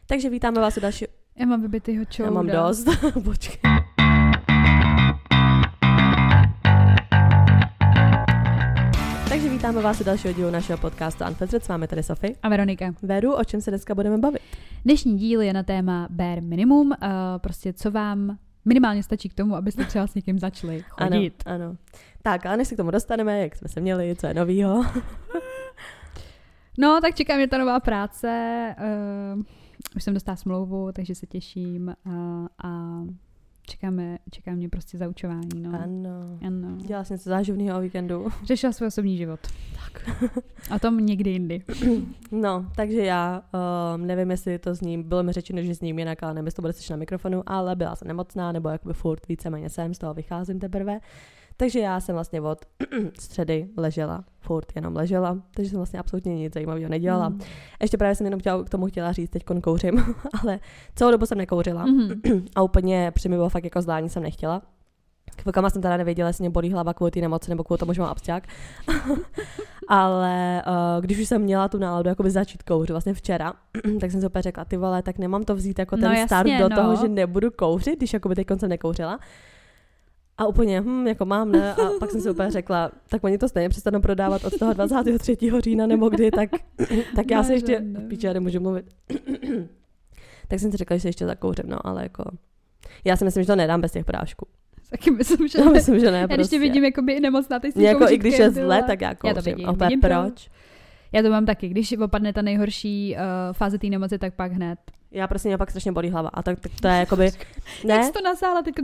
Takže vítáme vás u dalšího... Já mám vybitýho čouda. Já mám dost. Počkej. Takže vítáme vás u dalšího dílu našeho podcastu Unfiltered. S vámi tady Sofie. A Veronika. Veru, o čem se dneska budeme bavit? Dnešní díl je na téma bare minimum. Prostě co vám minimálně stačí k tomu, abyste třeba s někým začali chodit. Ano. Tak, ale než se k tomu dostaneme, jak jsme se měli, co je novýho. No, tak čeká mě ta nová práce. Už jsem dostala smlouvu, takže se těším. A čeká mě prostě zaučování. No. Ano. Dělala jsi něco záživného o víkendu. Řešila svůj osobní život. Tak. A tom někdy jindy. No, takže já nevím, jestli to zní, bylo mi řečeno, že zním jinak, ale nevím, jestli to bude slyšet na mikrofonu, ale byla jsem nemocná, nebo jakoby furt víceméně jsem, z toho vycházím teprve. Takže já jsem vlastně od středy furt jenom ležela, takže jsem vlastně absolutně nic zajímavého nedělala. Ještě právě jsem jenom k tomu chtěla říct, teď kouřím, ale celou dobu jsem nekouřila a úplně při mi bylo fakt jako zdání jsem nechtěla. Chvilkama jsem teda nevěděla, jestli mě bolí hlava kvůli té nemoci nebo kvůli tomu, že mám absťák. Ale když už jsem měla tu náladu jakoby začít kouřit vlastně včera, tak jsem si opět řekla, ty vole, tak nemám to vzít jako ten start do toho, že nebudu kouřit, když jakoby teď jsem nekouřila. A úplně, jako mám, ne? A pak jsem si úplně řekla, tak oni to stejně přestanou prodávat od toho 23. října nebo kdy, tak já se ještě, píče, já nemůžu mluvit. Tak jsem si řekla, že se ještě zakouřím, no, ale jako, já si myslím, že to nedám bez těch prášků. Taky myslím, že ne. Já prostě. když tě vidím jakoby i nemocná, ty si jako i když je zle, tak já kouřím. Já vidím proč? Já to mám taky, když opadne ta nejhorší fáze té nemoci, tak pak hned. Já prostě mě pak strašně bolí hlava. A tak to je jakoby... Ne? Jak jsi to nasáhla teď?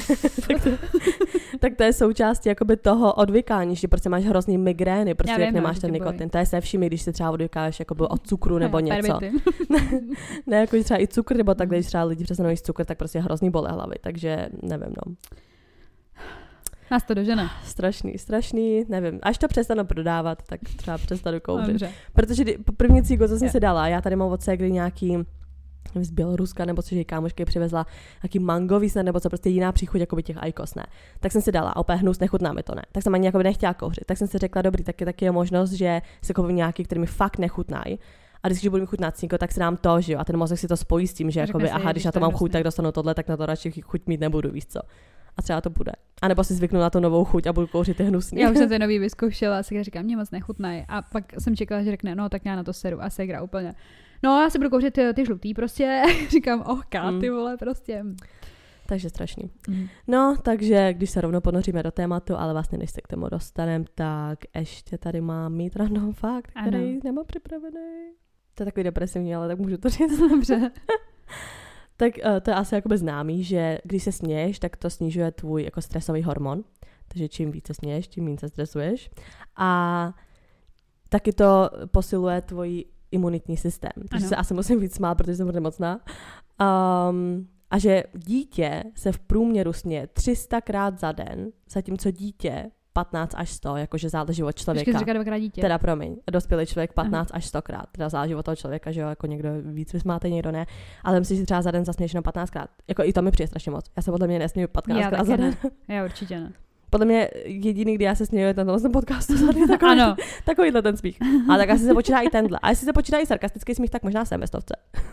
Tak to je součástí jakoby toho odvykání, že prostě máš hrozný migrény, prostě jak nemáš ten nikotin. Bolí. To je se všimi, když se třeba odvykáš jakoby od cukru nebo něco. Ne, jako třeba i cukr, nebo tak, když třeba lidi přestanou jíst cukr, tak prostě hrozný bolí hlavy. Takže nevím, no. Nás to dožene. Strašný, nevím. Až to přestanu prodávat, tak třeba přestanu kouřit. Dobře. Protože první cíko, co jsem si dala, já tady mám od ségry nějaký z Běloruska, nebo což její kámošky přivezla nějaký mangový snad, nebo co prostě jiná příchuť jakoby těch ajkos, ne. Tak jsem si dala a úplně hnus, nechutná mi to, ne. Tak jsem ani jakoby nechtěla kouřit. Tak jsem si řekla, dobrý, taky je možnost, že si koupím nějaký, který mi fakt nechutnají. A když budu mi chutnat cínko, tak si dám to, že jo. A ten mozek si to spojí s tím, že jakoby, aha, když na to mám chuť, tak dostanu tohle, tak na to radši chuť mít nebudu, víš co. A třeba to bude. A nebo si zvyknu na tu novou chuť a budu kouřit ty hnusný. Já už jsem ten nový vyzkoušela a si říkám, mě moc nechutnají. A pak jsem čekala, že řekne, no tak já na to seru. A ségra úplně, no já si budu kouřit ty žlutý prostě. Říkám, ty vole, prostě. Takže strašný. No, takže když se rovnou ponoříme do tématu, ale vlastně než se k tomu dostaneme, tak ještě tady mám mít random fakt, který nemám připravený. To je takový depresivní, ale tak můžu to říct. Dobře. Tak to je asi jakoby známý, že když se směješ, tak to snižuje tvůj jako stresový hormon. Takže čím více směješ, tím více stresuješ. A taky to posiluje tvůj imunitní systém. Takže se asi musím víc smát, protože jsem nemocná. A že dítě se v průměru směje 300krát za den, zatímco dítě 15 až 100, jakože záleží od člověka. Počkej, říká 2krát dítě. Teda promiň, dospělý člověk 15 až 100krát. Teda záleží od toho člověka, že jo, jako někdo víc vysmáte, někdo ne. Ale myslím si, že třeba za den zasměješ jenom 15krát. Jako i to mi přijde strašně moc. Já se podle mě nesměju 15krát za den. Já určitě ne. Podle mě jediný, kdy já se směju, je ten podcastu tady takovýhle ten smích. A tak asi se počítá i tenhle. A jestli se počítá i sarkastický smích, tak možná jsem ve 100.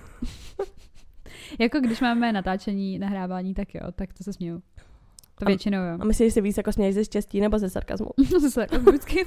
Jako když máme natáčení, nahrávání, tak jo, tak to se směju. To většinou jo. A myslíš, že se víc jako směješ ze štěstí nebo ze sarkazmu? Ze sarkazmu vždycky.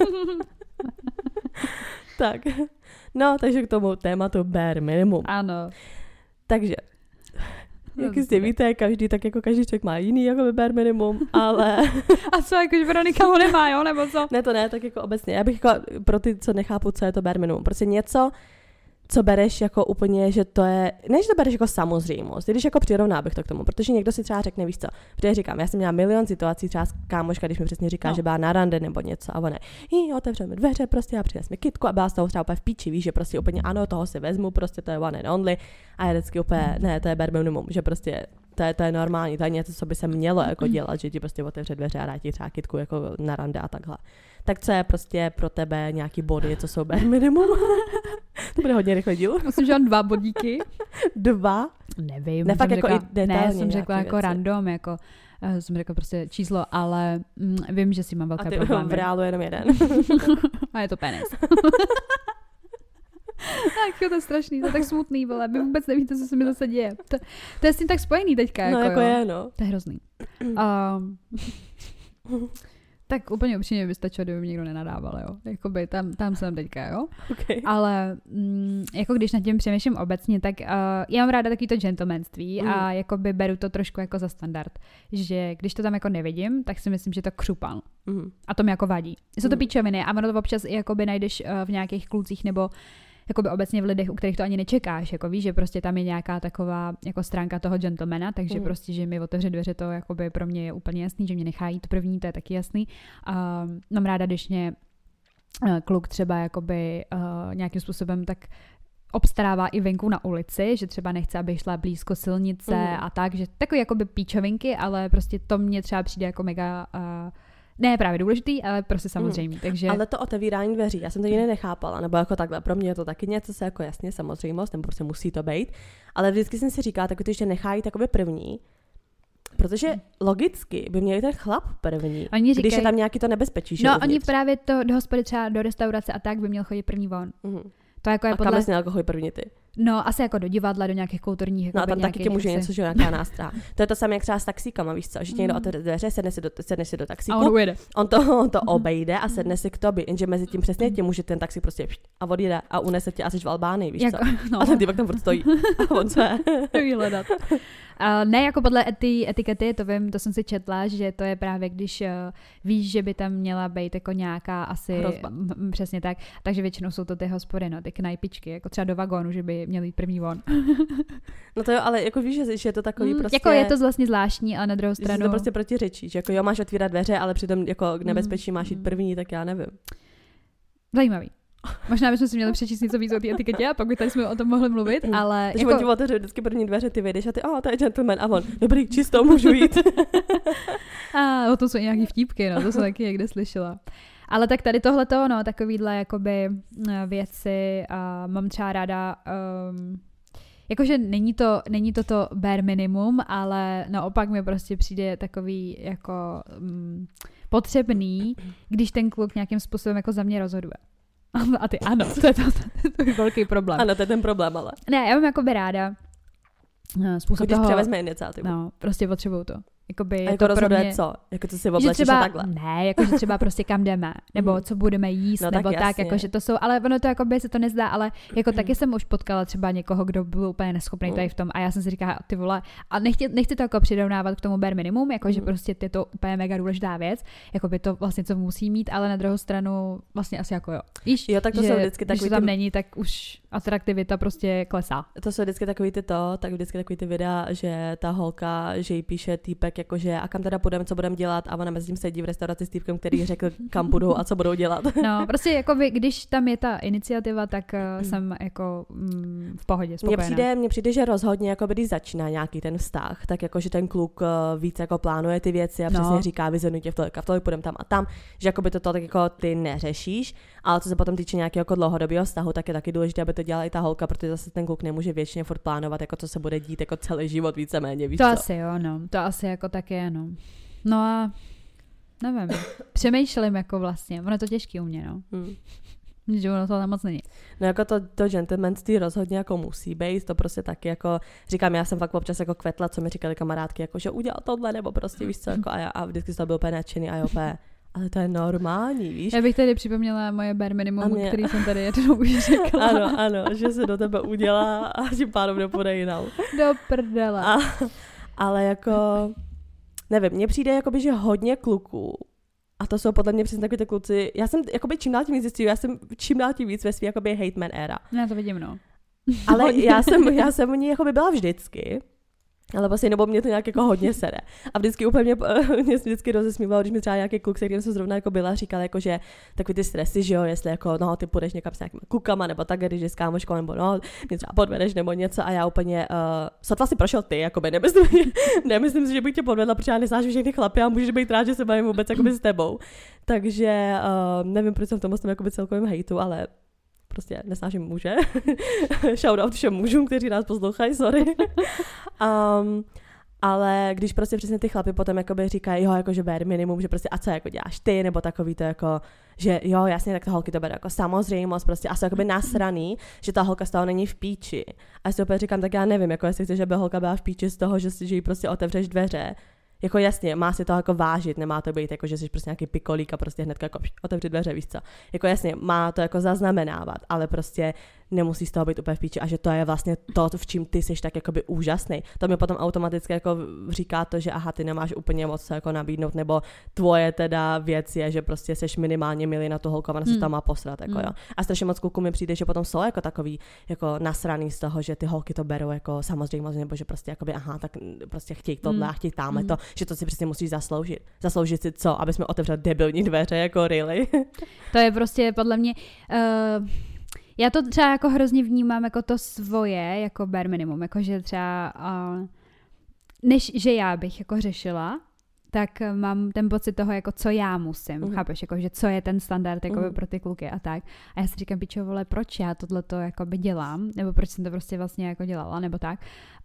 Tak. No, takže k tomu tématu bare minimum. Ano. Takže, jak jistě víte, každý člověk má jiný jako bare minimum, ale... A co, jakože Veronika ho nemá, jo, nebo co? Ne, to ne, tak jako obecně. Já bych jako pro ty, co nechápu, co je to bare minimum. Prostě něco, co bereš jako úplně, že to je, ne, že to bereš jako samozřejmost, když jako přirovná bych to k tomu, protože někdo si třeba řekne, víš co, protože říkám, já jsem měla milion situací, třeba kámoška, když mi přesně říká, že byla na rande nebo něco a ona, otevřeme dveře, prostě a přines mi kytku a byla z toho třeba úplně v píči, víš, že prostě úplně ano, toho si vezmu, prostě to je one and only a já vždycky úplně, ne, to je bare minimum, že prostě to je normální, to je něco, co by se mělo jako dělat, že ti prostě otevře dveře a dá ti třeba kytku jako na rande a takhle. Tak co je prostě pro tebe nějaký body, co jsou bare minimum? To bude hodně rychle díl. Myslím, že mám 2 bodíky. 2? Nevím. Ne, fakt řekla, jako ne, jsem řekla jako věci. random, jako jsem řekla prostě číslo, ale vím, že si mám velké problémy. A ty v reálu jenom jeden. A je to penis. Tak to je strašný, to je tak smutný, vole. Vy vůbec nevíte, co se mi zase děje. To je s tím tak spojený teďka. No jako jo. je, no. To je hrozný. Tak úplně upřímně by stačilo, kdyby mi někdo nenadával, jo. Jakoby tam jsem teďka, jo. Okay. Ale jako když nad tím přemýšlím obecně, tak já mám ráda takový to gentlemanství a jakoby beru to trošku jako za standard. Že když to tam jako nevidím, tak si myslím, že to křupal. A to mi jako vadí. Jsou to píčoviny a ono to občas i jakoby najdeš v nějakých klucích nebo jakoby obecně v lidech, u kterých to ani nečekáš, jako víš, že prostě tam je nějaká taková jako stránka toho gentlemana, takže prostě, že mi otevře dveře, to jakoby pro mě je úplně jasný, že mě nechá jít první, to je taky jasný. Mám ráda, když mě kluk třeba jakoby nějakým způsobem tak obstarává i venku na ulici, že třeba nechce, aby šla blízko silnice a tak, že takový jakoby píčovinky, ale prostě to mně třeba přijde jako mega ne právě důležitý, ale prostě samozřejmě. Takže... Ale to otevírání dveří, já jsem to nikdy nechápala, nebo jako takhle, pro mě je to taky něco, co jako jasně samozřejmost, nebo prostě musí to být, ale vždycky jsem si říkala, tak že nechají takový první, protože logicky by měli ten chlap první, když je tam nějaký to nebezpečí. No oni právě to do hospody třeba do restaurace a tak by měl chodit první von. To jako je podle... kam jsi měl chodit první ty? No, asi jako do divadla, do nějakých kulturních. No a tam taky tě může něco, že nějaká nástraha. To je to samé jak třeba s taxíkama, víš co? Že ti někdo otevře dveře, sedne si do taxíku. A on ujede. On to obejde a sedne si k tobě, jenže mezi tím přesně tě může ten taxi prostě a odjede a unese tě asi v Albánii, víš jako, co? No. A ten týpek tam furt stojí. A on co je? Vyhledat. Ne, jako podle etikety, to vím, to jsem si četla, že to je právě, když víš, že by tam měla být jako nějaká asi hrozba. Přesně tak, takže většinou jsou to ty hospody, no, ty knajpičky, jako třeba do vagónu, že by měli jít první von. No to jo, ale jako víš, že je to takový prostě... Jako je to vlastně zvláštní, ale na druhou stranu... Že to prostě protiřečí, že jako jo, máš otvírat dveře, ale přitom jako k nebezpečí máš jít první, tak já nevím. Zajímavý. Možná bychom si měli přečíst něco víc o té etiketě a pak by tady jsme o tom mohli mluvit, ale... Takže on ti otevře vždycky první dveře, ty vyjdeš a ty, to je gentleman a on, dobrý, čisto, můžu jít. A o tom jsou i nějaký vtípky, no, to jsem taky někde slyšela. Ale tak tady tohleto, no, takovýhle jakoby věci mám třeba ráda... Jakože není to bare minimum, ale naopak mi prostě přijde takový jako potřebný, když ten kluk nějakým způsobem jako za mě rozhoduje. A ty ano, to je velký problém. Ano, to je ten problém, ale. Ne, já mám jakoby ráda způsob když toho... převezme iniciativu. No, prostě potřebuju to. Jakoby a jako rozhoduje mě, co? Jako co si oblečeš a takhle? Ne, jakože třeba prostě kam jdeme, nebo co budeme jíst, no, nebo tak, jakože to jsou, ale ono to jakoby se to nezdá, ale jako taky jsem už potkala třeba někoho, kdo byl úplně neschopný tady v tom a já jsem si říkala, ty vole, a nechci to jako přirovnávat k tomu bare minimum, jakože prostě je to úplně mega důležitá věc, jakoby to vlastně co musí mít, ale na druhou stranu vlastně asi jako jo. Víš, jo, tak to jsou vždycky když to tam není, tak už atraktivita prostě klesá. To jsou vždycky takový ty videa, že ta holka, že jí píše týpek jakože a kam teda půjdeme, co budeme dělat a ona mezi tím sedí v restauraci s týpkem, který řekl, kam půjdou a co budou dělat. No, prostě jakoby, když tam je ta iniciativa, tak jsem jako v pohodě, spokojená. Mně přijde, že rozhodně, jako když začíná nějaký ten vztah, tak jako, že ten kluk víc jako plánuje ty věci a přesně říká, vyzvednu tě v tolik půjdeme tam a tam, že jako by to tak jako ty neřešíš, ale co se potom týče nějakého jako dlouhodobého vztahu, tak je taky důležité, aby to dělala i ta holka, protože zase ten kluk nemůže většině furt plánovat, jako co se bude dít jako celý život víceméně, víš to co? Asi jo, no. To asi jako tak je, no. No a nevím, přemýšlím jako vlastně, ono je to těžký u mě, no. Že ono to moc není. No jako to gentlemanství rozhodně jako musí být, to prostě taky jako, říkám, já jsem fakt občas jako kvetla, co mi říkali kamarádky, jako že udělal tohle, nebo prostě víš co, jako a vždycky to byl úplně nadšený a jo, ale to je normální, víš. Já bych tady připomněla moje bare minimum, který jsem tady jednou už řekla. Ano, že se do tebe udělá a tím pádem nepůjde jinou. Do prdele. Ale jako, nevím, mně přijde jakoby, že hodně kluků, a to jsou podle mě přesně takový ty kluci, já jsem jakoby čím dál tím víc zjistila, já jsem čím dál tím víc ve svý jakoby hate man era. Já to vidím, no. Ale já jsem u ní jakoby byla vždycky. Ale vlastně, nebo mě to nějak jako hodně sere. A vždycky úplně mě vždycky rozesmívalo, když mi třeba nějaký kluk, se kterým jsem zrovna jako byla, říkal jako, že takový ty stresy, že jo, jestli jako, no, ty půjdeš někam s nějakými klukama, nebo tak, když je s kámoškou, nebo no, mě třeba podvedeš, nebo něco a já úplně, sotva si prošel ty, jakoby, nemyslím si, že bych tě podvedla, protože já nesnáším všechny chlapy a můžeš být rád, že se bavím vůbec jakoby s tebou. Takže nevím, proč jsem v tom jakoby celkovým hejtu, ale prostě nesnáším muže. Shoutout všem mužům, kteří nás poslouchají, sorry. Ale když prostě přesně ty chlapi potom jakoby říkají, jo, jakože bare minimum, že prostě a co jako děláš ty, nebo takový to jako, že jo, jasně, tak ta holky to bere jako samozřejmost, prostě a jsou jakoby nasraný, že ta holka z toho není v píči. A já si opět říkám, tak já nevím, jako jestli chceš, aby holka byla v píči z toho, že jí prostě otevřeš dveře. Jako jasně, má si to jako vážit, nemá to být jako, že jsi prostě nějaký pikolík a prostě hnedka jako otevři dveře, víš co. Jako jasně, má to jako zaznamenávat, ale prostě nemusí z toho být úplně v píči a že to je vlastně to, v čím ty jsi tak jakoby úžasný. To mi potom automaticky jako říká to, že aha, ty nemáš úplně moc co jako nabídnout, nebo tvoje teda věc je, že prostě seš minimálně milý na tu holku, ona se tam má posrat, jako jo. A strašně moc kluků mi přijde, že potom jsou jako takový jako nasraný z toho, že ty holky to berou jako samozřejmě, nebo že prostě jakoby aha, tak prostě chtějí tohle a chtějí táme to, že to si přesně musíš zasloužit. Zasloužit si co, aby jsme otevřeli debilní dveře, jako really. To je prostě podle mě já to třeba jako hrozně vnímám jako to svoje, jako bare minimum, jakože třeba než že já bych jako řešila, tak mám ten pocit toho, jako co já musím, chápeš, jako, že co je ten standard jako pro ty kluky a tak. A já si říkám, pičo, vole, proč já tohleto jakoby dělám, nebo proč jsem to prostě vlastně jako dělala, nebo tak.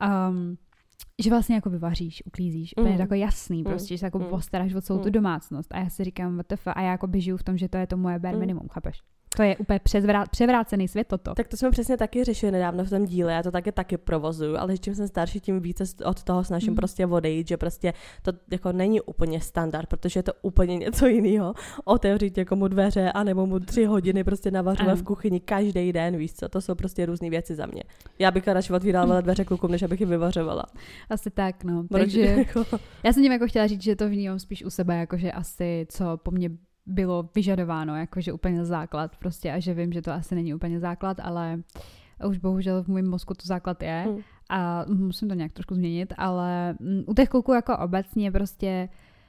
Že vlastně jako vyvaříš, uklízíš, úplně jako jasný, prostě, že se jako postaráš o celou tu domácnost. A já si říkám, WTF, a já jako žiju v tom, že to je to moje bare minimum, chápeš? To je úplně převrácený svět toto. Tak to jsme přesně taky řešili nedávno v tom díle, já to taky provozuju, ale čím jsem starší, tím více od toho snažím prostě odejít, že prostě to jako není úplně standard, protože je to úplně něco jiného. Otevřít někomu dveře a nebo mu 3 hodiny prostě navařovat v kuchyni každý den, víš co, to jsou prostě různý věci za mě. Já bych radši otvírala dveře klukům, než abych je vyvařovala. Asi tak, no. Takže já jsem tím jako chtěla říct, že to vnímám spíš u sebe, jakože asi co po mně bylo vyžadováno, jakože úplně základ prostě a že vím, že to asi není úplně základ, ale už bohužel v mém mozku to základ je a musím to nějak trošku změnit, ale u těch kluků jako obecně prostě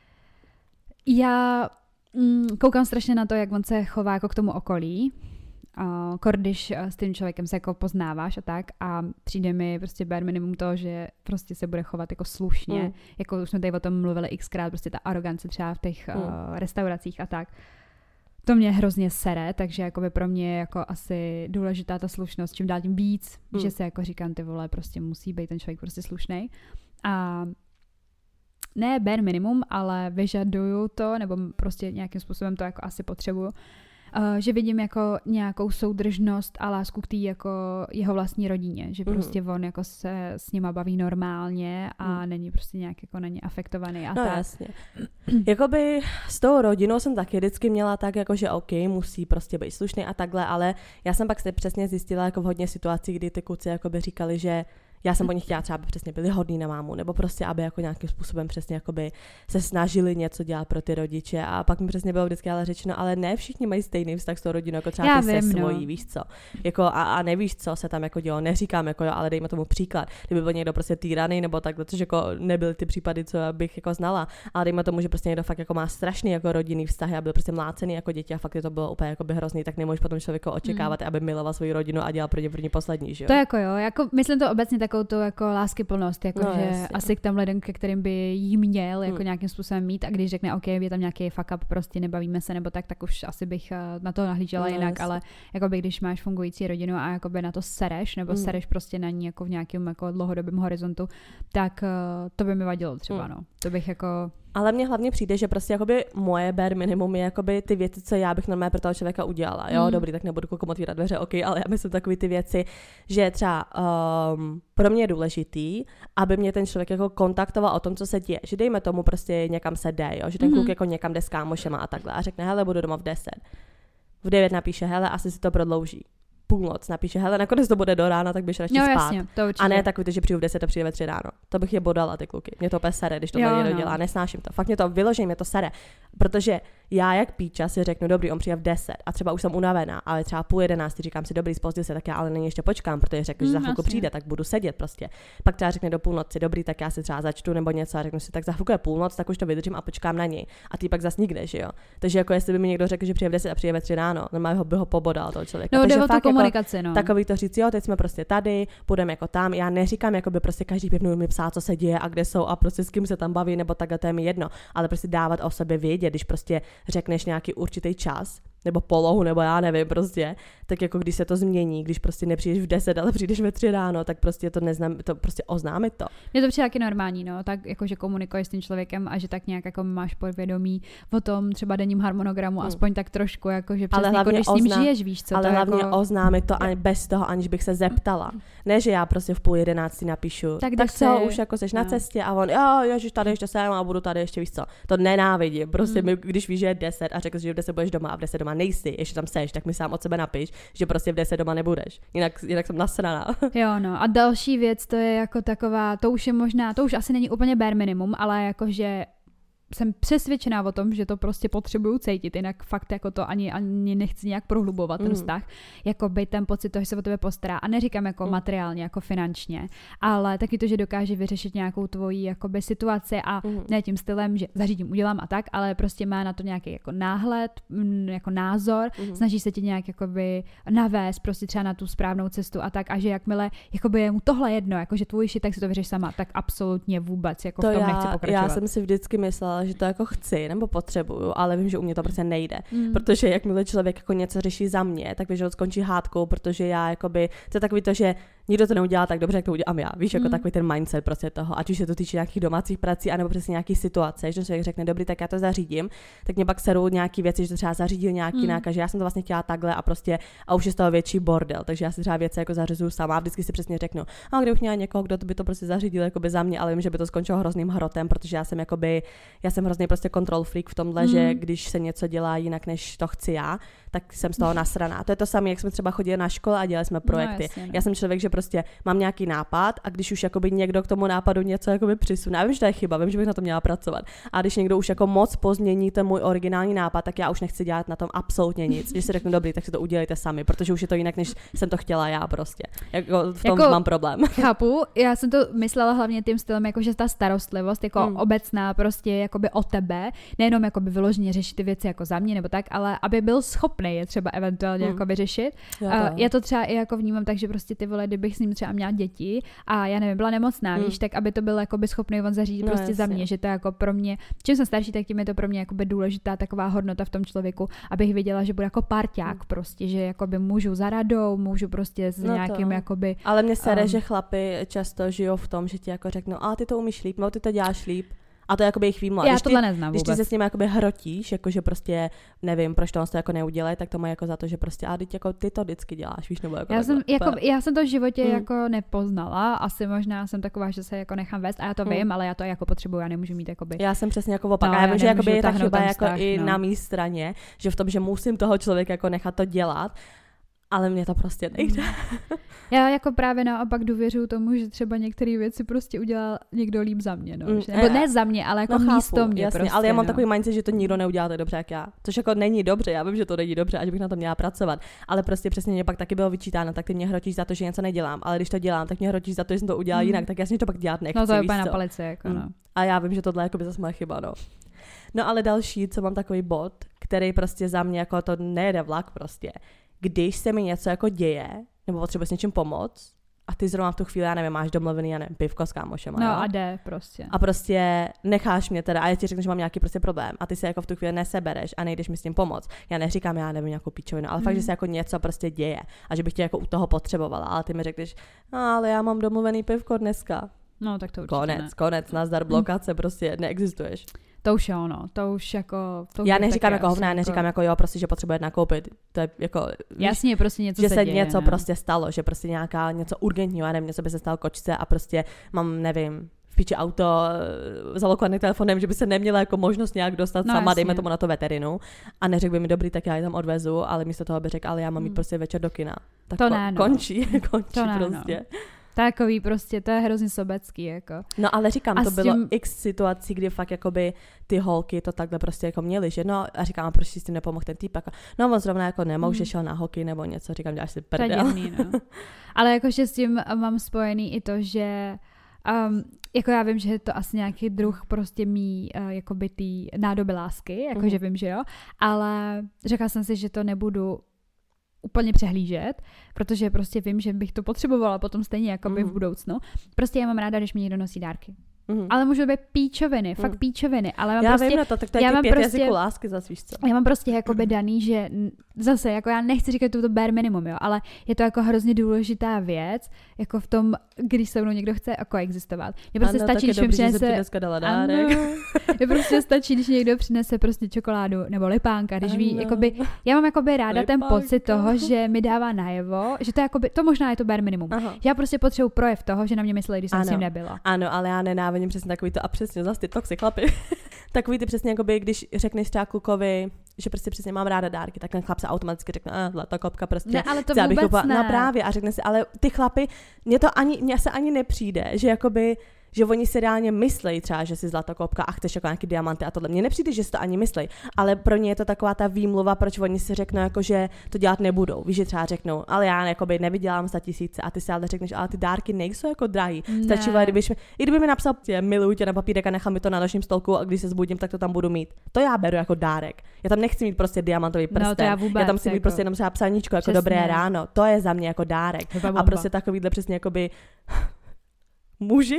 já koukám strašně na to, jak on se chová jako k tomu okolí, když s tím člověkem se jako poznáváš a tak a přijde mi prostě bare minimum to, že prostě se bude chovat jako slušně, jako už jsme tady o tom mluvili xkrát, prostě ta arogance třeba v těch restauracích a tak. To mě hrozně sere, takže jakoby pro mě je jako asi důležitá ta slušnost, čím dál tím víc, že se jako říkám, ty vole, prostě musí být ten člověk prostě slušnej. A ne bare minimum, ale vyžaduju to, nebo prostě nějakým způsobem to jako asi potřebuju, že vidím jako nějakou soudržnost a lásku k té jako jeho vlastní rodině, že prostě on jako se s nima baví normálně a není prostě nějak jako není afektovaný a no, tak. Jasně. Jakoby s tou rodinou jsem taky vždycky měla tak, jako že OK, musí prostě být slušný a takhle, ale já jsem pak se přesně zjistila jako v hodně situací, kdy ty kluci jakoby říkali, že já jsem po nich chtěla třeba, aby přesně byli hodní na mámu, nebo prostě, aby jako nějakým způsobem přesně jakoby se snažili něco dělat pro ty rodiče a pak mi přesně bylo vždycky ale řečeno, ale ne všichni mají stejný vztah s tou rodinou, jako třeba ty se svojí, víš co. Jako a nevíš, co se tam jako dělo, neříkám jako jo, ale dejme tomu příklad. Kdyby byl někdo prostě týraný nebo takhle, což jako nebyly ty případy, co bych jako znala, ale dejme tomu, že prostě někdo fakt jako má strašný jako rodinný vztah a byl prostě mlácený jako děti a fakt to bylo úplně jako by hrozný, tak nemůžeš potom člověka očekávat, aby miloval svou rodinu a dělal pro ně první poslední, že jo. To jako jo, jako myslím to obecně takovou tu jako láskyplnost, jako no, že jasně. asi k tam lidem, ke kterým by jí měl jako nějakým způsobem mít a když řekne OK, je tam nějaký fuck up, prostě nebavíme se nebo tak už asi bych na to nahlížela jinak, jasně. Ale jakoby když máš fungující rodinu a jakoby na to sereš nebo sereš prostě na ní jako v nějakém jako dlouhodobém horizontu, tak to by mi vadilo třeba, no. To bych jako... Ale mně hlavně přijde, že prostě jakoby moje bare minimum je jakoby ty věci, co já bych normálně pro toho člověka udělala. Jo, dobrý, tak nebudu komu otvírat dveře, OK, ale já myslím takový ty věci, že třeba pro mě je důležitý, aby mě ten člověk jako kontaktoval o tom, co se děje. Že dejme tomu prostě někam se jde, jo, že ten kluk jako někam jde s kámošema a takhle a řekne, hele, budu doma v 10. V 9 napíše, hele, asi si to prodlouží. Půlnoc napíše, hele, nakonec to bude do rána, tak běž radši spát. Jasně, to určitě. A ne takový, že přijdu v 10 a přijde ve 3 ráno. To bych je bodala, ty kluky. Mě to opět sere, když to někdo dělá, nesnáším to. Fakt mě to vyložím, mě to sere. Protože já jak píča si řeknu, dobrý, on přijde v 10 a třeba už jsem unavená, ale třeba 10:30 říkám si, dobrý, zpozdil se, tak já ale není ještě počkám, protože řekl, že za chvilku přijde, tak budu sedět prostě. Pak třeba řekne do půlnoci, dobrý, tak já si třeba začtu nebo něco a řeknu si, tak za chvilku je půlnoc, tak už to vydržím a počkám na něj. A ty pak zas nikde, že jo. Takže jako jestli by mi někdo řekl, že přijde v 10 a přijde ve 3 ráno, normálně by ho pobodal toho člověka. No, jde o tu komunikaci, no. Takový to říct, jo, teď jsme prostě tady, půjdeme jako tam. Já neříkám, jako by prostě každý 5 minut mi psát, co se děje a kde jsou a prostě s kým se tam baví, nebo takhle, to je mi jedno, ale prostě dávat o sobě vědět, když prostě řekneš nějaký určitý čas, nebo polohu, nebo já nevím prostě, tak jako když se to změní, když prostě nepřijdeš v 10, ale přijdeš ve 3 ráno, tak prostě to prostě oznámit to. Mně to přijde taky normální, no, tak jako, že komunikuješ s tím člověkem a že tak nějak jako máš podvědomí o tom třeba denním harmonogramu, aspoň tak trošku, jako, že přesně jako, když s ním žiješ, víš co. Ale to hlavně jako... oznámit to ani bez toho, aniž bych se zeptala. Ne, že já prostě v 10:30 napíšu, tak co, už jako seš na cestě a on, ježiš, tady ještě jsem a budu tady ještě, víš co. To nenávidím, prostě když víš, že je 10 a řekl jsi, že v 10 budeš doma a v 10 doma nejsi, ještě tam seš, tak mi sám od sebe napiš, že prostě v 10 doma nebudeš. Jinak jsem nasraná. Jo, no. A další věc, to je jako taková, to už asi není úplně bare minimum, ale jakože jsem přesvědčená o tom, že to prostě potřebuju cítit, jinak fakt jako to ani nechci nějak prohlubovat ten vztah, jako by ten pocit toho, že se o tebe postará. A neříkám jako materiálně, jako finančně, ale taky to, že dokáže vyřešit nějakou tvoji jakoby situaci a ne tím stylem, že zařídím, udělám a tak, ale prostě má na to nějaký jako náhled, jako názor, snaží se ti nějak jakoby navést prostě třeba na tu správnou cestu a tak, a že jakmile jakoby je mu tohle jedno, jako že tvůj shit, tak si to vyřeš sama, tak absolutně vůbec jako to v tom nechci pokračovat. Já jsem si vždycky myslela, že to jako chci nebo potřebuju, ale vím, že u mě to prostě nejde, protože jakmile člověk jako něco řeší za mě, tak většinou skončí hádkou, protože já jakoby, to je takový to, že nikdo to neudělá tak dobře, jak to udělám já. Víš, jako takový ten mindset prostě toho, ať už se to týče nějakých domácích prací, anebo přesně nějaký situace, že člověk řekne, dobrý, tak já to zařídím, tak mě pak serou nějaký věci, že to třeba zařídil nějaký jinak, že já jsem to vlastně chtěla takhle a už je z toho větší bordel, takže já si třeba věci jako zařizuju sama a vždycky si přesně řeknu, a kdybych měla někoho, kdo by to prostě zařídil jakoby za mě, ale vím, že by to skončilo hrozným hrotem, protože já jsem hrozný prostě control freak v tomhle, že když se něco dělá jinak, než to chci já, tak jsem z toho nasraná. To je to samé, jak jsme třeba chodili na školu a dělali jsme projekty. No, jasně, no. Já jsem člověk, že prostě mám nějaký nápad a když už jakoby někdo k tomu nápadu něco jakoby přisune, já vím, že to je chyba, vím, že bych na to měla pracovat. A když někdo už jako moc pozmění ten můj originální nápad, tak já už nechci dělat na tom absolutně nic. Když si řeknu, dobrý, tak si to udělejte sami, protože už je to jinak, než jsem to chtěla já prostě. Jako v tom mám problém. Chápu, já jsem to myslela hlavně tím stylem, jako že ta starostlivost jako obecná prostě jakoby o tebe, nejenom jakoby vyloženě řešit ty věci jako za mě nebo tak, ale aby byl schopný je třeba eventuálně jako vyřešit. Já to třeba i jako vnímám tak, že prostě ty vole, kdybych s ním třeba měla děti a já nevím, byla nemocná, víš, tak aby to byl jakoby schopný on zařídit prostě za mě, že to jako pro mě, čím jsem starší, tak tím je to pro mě jakoby důležitá taková hodnota v tom člověku, abych věděla, že bude jako parťák prostě, že jakoby můžu za radou, můžu prostě s nějakým jakoby. Ale mě sere, že chlapi často žijou v tom, že ti jako řeknou, a ty to umíš líp, no ty to děláš líp. A to je jakoby jejich výmluva. Já tohle neznám vůbec. Když ty se s nimi jakoby hrotíš, jakože prostě nevím, proč to jako neudělají, tak to má jako za to, že prostě teď jako ty to vždycky děláš, víš, nebo jako já jsem to v životě jako nepoznala, asi možná jsem taková, že se jako nechám vést a já to vím, ale já to jako potřebuju, já nemůžu mít jakoby. Já jsem přesně jako opak. No, já vím, že jakoby je ta chyba jako i na mý straně, že v tom, že musím toho člověka jako nechat to dělat. Ale mě to prostě nejde. Já jako právě naopak důvěřuju tomu, že třeba některé věci prostě udělá někdo líp za mě, no. Nebo ne za mě, ale jako místo mě jasně, prostě. Ale já mám takový mindset, že to nikdo neudělá tak dobře, jak já. Což jako není dobře, já vím, že to není dobře, ať bych na to měla pracovat. Ale prostě přesně mě pak taky bylo vyčítáno, tak ty mě hrotíš za to, že něco nedělám. Ale když to dělám, tak mě hrotíš za to, že jsem to udělala jinak, tak jasně to pak dělat nechci. No to je úplně na palici, jako no. A já vím, že tohle jako by zase moje chyba, no. No ale další, co mám takový bod, který prostě za mě jako to nejede vlak prostě. Když se mi něco jako děje, nebo potřebuješ s něčím pomoct, a ty zrovna v tu chvíli, já nevím, máš domluvený, já nevím, pivko s kámošema, no jo? A jde prostě. A prostě necháš mě teda, a já ti řeknu, že mám nějaký prostě problém, a ty se jako v tu chvíli nesebereš a nejdeš mi s tím pomoct. Já neříkám, já nevím, nějakou píčovinu, ale fakt, že se jako něco prostě děje a že bych tě jako u toho potřebovala, ale ty mi řekneš, ale já mám domluvený pivko dneska. No tak to určitě konec, nazdar, blokace, prostě neexistuješ. To už jo, no, to už jako... To já neříkám jako hovna, já neříkám jako jo, prostě, že potřebuje nakoupit, to je jako... Jasně, prostě něco že se děje, něco ne? prostě stalo, že prostě něco urgentního, já nevím, něco by se stalo kočce a prostě mám, nevím, v píči auto zalokovaný telefonem, že by se neměla jako možnost nějak dostat sama, jasně. Dejme tomu na to veterinu a neřekl by mi dobrý, tak já ji tam odvezu, ale místo toho by řekl, ale já mám jít prostě večer do kina. Tak to ne, no. končí to ne, prostě. No. Takový prostě, to je hrozně sobecký, jako. No ale říkám, to bylo x situací, kdy fakt jakoby ty holky to takhle prostě jako měly, že no a říkám, proč si s tím nepomohl ten týp, jako, no on zrovna jako nemohl, že šel na hokej nebo něco, říkám, děláš si prdel. Divný, no. Ale jakože s tím mám spojený i to, že jako já vím, že je to asi nějaký druh prostě mý jakoby tý nádoby lásky, jakože vím, že jo, ale řekla jsem si, že to nebudu úplně přehlížet, protože prostě vím, že bych to potřebovala potom stejně jakoby v budoucnu. Prostě já mám ráda, když mi někdo nosí dárky. Ale můžou být píčoviny, fakt píčoviny. Ale mám já prostě, vím na to, tak to je těch 5 jazyků lásky zase, víš co. Já mám prostě jakoby daný, že zase, jako já nechci říkat to bare minimum, jo, ale je to jako hrozně důležitá věc, jako v tom, když se mnou někdo chce jako existovat. Mně prostě stačí, když mi přinese... Mně prostě stačí, když někdo přinese prostě čokoládu nebo lipánka, když ví, jakoby, já mám jakoby ráda ten pocit toho, že mi dává najevo, že to jakoby, to možná je to bare minimum. Já prostě potřebuji projev toho, že na mě mysleli, když jsem s ním nebyla. Ano, ale já nenávidím přesně takový to a přesně zase ty toxic chlapy. Takový ty přesně jakoby, když řekneš třeba klukovi, že prostě přesně mám ráda dárky, tak ten chlap se automaticky řekne, ta kopka prostě. Ne, ale to vůbec ne. No právě a řekne si, ale ty chlapy, mně se ani nepřijde, že jakoby, že oni si reálně myslejí třeba, že jsi zlatokopka a chceš jako nějaký diamanty a tohle. Mně nepřijde, že si to ani myslejí, ale pro ně je to taková ta výmluva, proč oni si řeknou, jako, že to dělat nebudou. Víš, že třeba řeknou, ale já jakoby nevydělám 100 000 a ty si ale řekneš, ale ty dárky nejsou jako drahý. Stačí, kdyby mi napsal, miluju tě na papírek a nechám mi to na nočním stolku a když se zbudím, tak to tam budu mít. To já beru jako dárek. Já tam nechci mít prostě diamantový prsten. No, já tam chci mít prostě jenom třeba psaníčko, jako dobré ráno. To je za mě jako dárek. A prostě takovýhle přesně jakoby muži,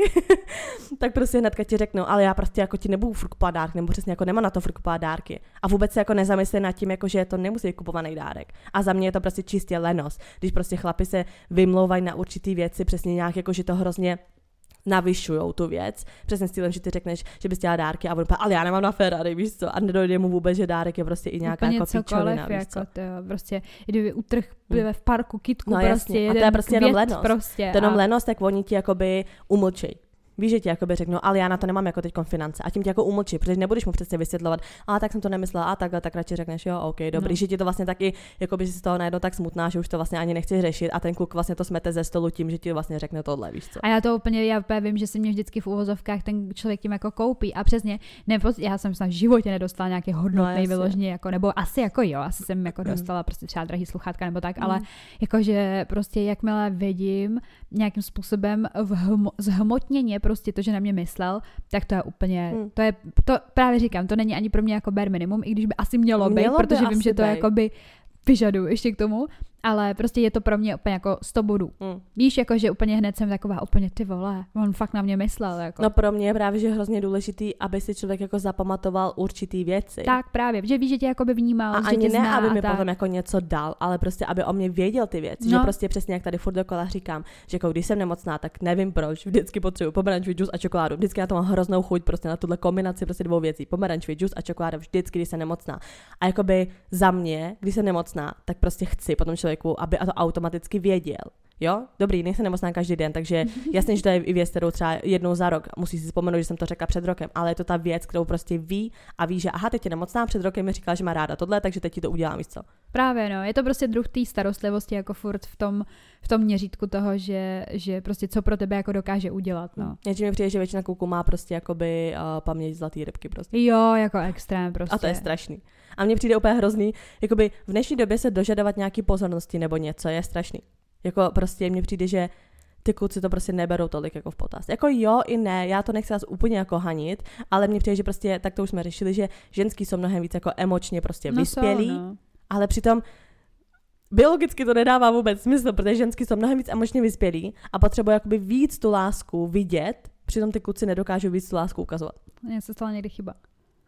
tak prostě hnedka ti řeknou, ale já prostě jako ti nebudu furt kupovat dárky, nebo přesně jako nemám na to furt kupovat dárky. A vůbec se jako nezamyslí nad tím, jako že to nemusí kupovaný dárek. A za mě je to prostě čistě lenost. Když prostě chlapi se vymlouvají na určitý věci, přesně nějak jako, že to hrozně navyšujou tu věc. Přesně s tím, že ty řekneš, že bys chtěla dárky a on ale já nemám na Ferrari, víš co? A nedojde mu vůbec, že dárek je prostě i nějaká jako píčovina, víš co? Jako to, prostě, kdyby utrh v parku kytku, no, prostě jeden a to je prostě jenom lenost. Prostě, to jenom lenost, tak oni ti jakoby umlčej. Víš, že ti jakoby řeknou, ale já na to nemám jako teď finance a tím tě jako umlčí, protože nebudeš mu přece vysvětlovat, a tak jsem to nemyslela, a takhle, tak radši řekneš, jo, OK, dobrý, že ti to vlastně taky, jakoby si z toho najednou tak smutná, že už to vlastně ani nechceš řešit a ten kluk vlastně to smete ze stolu tím, že ti vlastně řekne tohle, víš co. A já úplně vím, že si mě vždycky v uvozovkách ten člověk tím jako koupí a přesně, já jsem v životě nedostala nějaký hodnotný vyloženě, jako, nebo asi jako jo, asi jsem jako dostala prostě třeba drahý sluchátka nebo tak, ale jakože prostě jakmile vidím nějakým způsobem zhmotněně prostě to, že na mě myslel, tak to je úplně, to právě říkám, to není ani pro mě jako bare minimum, i když by asi mělo být, protože vím, že to jakoby vyžaduju ještě k tomu, ale prostě je to pro mě úplně jako 100 bodů. Víš, jako, že úplně hned jsem taková úplně ty vole, on fakt na mě myslel. Jako. No pro mě je právě, že hrozně důležitý, aby si člověk jako zapamatoval určitý věci. Tak právě, že víš, že tě jakoby vnímal, a že ani tě ne, zná aby mi tak. potom jako něco dal, ale prostě, aby o mě věděl ty věci. Že prostě přesně jak tady furt dokola říkám, že jako když jsem nemocná, tak nevím proč, vždycky potřebuji pomerančový džus a čokoládu. Vždycky na to mám hroznou chuť prostě na tuhle kombinaci prostě dvou věcí. Pomerančový džus a čokoláda vždycky, když jsem nemocná. A jakoby za mě, když jsem nemocná, tak prostě chci potom člověku, aby to automaticky věděl. Jo? Dobrý, nejsem nemocná každý den, takže jasně, že to je i věc, kterou třeba jednou za rok musí si vzpomenout, že jsem to řekla před rokem, ale je to ta věc, kterou prostě ví a ví, že aha, teď je nemocná, před rokem mi říkala, že má ráda tohle, takže teď ti to udělám, víš co? Právě, no, je to prostě druh té starostlivosti jako furt v tom měřítku toho, že prostě co pro tebe jako dokáže udělat, no. Něčím mi přijde, že většina kluků má prostě jakoby paměť zlatý rybky prostě. Jo, jako extrém prostě. A to je strašný. A mně přijde úplně hrozný, jakoby v dnešní době se dožadovat nějaký pozornosti nebo něco je strašný. Jako prostě mně přijde, že ty kluci to prostě neberou tolik jako v potaz. Jako jo i ne, já to nechci vás úplně jako hanit, ale mně přijde, že prostě tak to už jsme řešili, že ženský jsou mnohem víc jako emočně prostě vyspělí, ale přitom biologicky to nedává vůbec smysl, protože ženský jsou mnohem víc emočně vyspělí a potřebují jakoby víc tu lásku vidět, přitom ty kluci nedokážou víc tu lásku ukazovat. Mně se stala někdy chyba.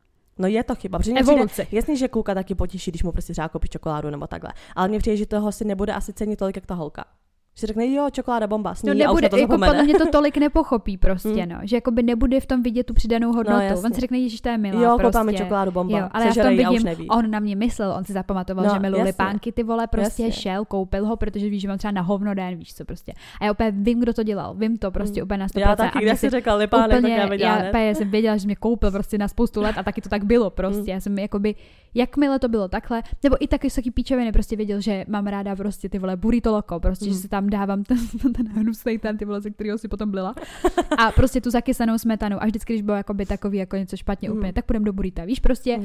No je to chyba, protože evoluce. Jasně, že kluka taky potěší, když mu prostě třeba koupí čokoládu nebo takhle, ale mně přijde, že toho si nebude asi cenit tolik, jak ta holka. Že řekne, jo, čokoláda bomba, sní, nebude, a už to jako zapomene. Podle mě to tolik nepochopí prostě, no. Že jakoby nebude v tom vidět tu přidanou hodnotu. No, on si řekne, ježiš, to je milá, jo, prostě. koupáme čokoládu bomba. Jo, ale já v tom vidím, on na mě myslel, on si zapamatoval, že miluji lipánky, ty vole, prostě šel, koupil ho, protože víš, že mám třeba na hovno den, víš co prostě. A já úplně vím, kdo to dělal, vím to prostě úplně na 100%. Já taky, když jsi řekla lipánek, tak já jsem věděla, že mě koupil prostě na spoustu let a taky to tak bylo prostě. Já jsem jakoby, jakmile to bylo takhle, nebo i taky vysoký píčoviny, prostě věděl, že mám ráda prostě ty vole burrito loco, prostě, že si tam dávám ten hnusnej ten, ty vole, ze kterého si potom byla. A prostě tu zakysanou smetanu. A vždycky, když bylo jakoby takový jako něco špatně úplně, tak půjdem do burrita. Víš, prostě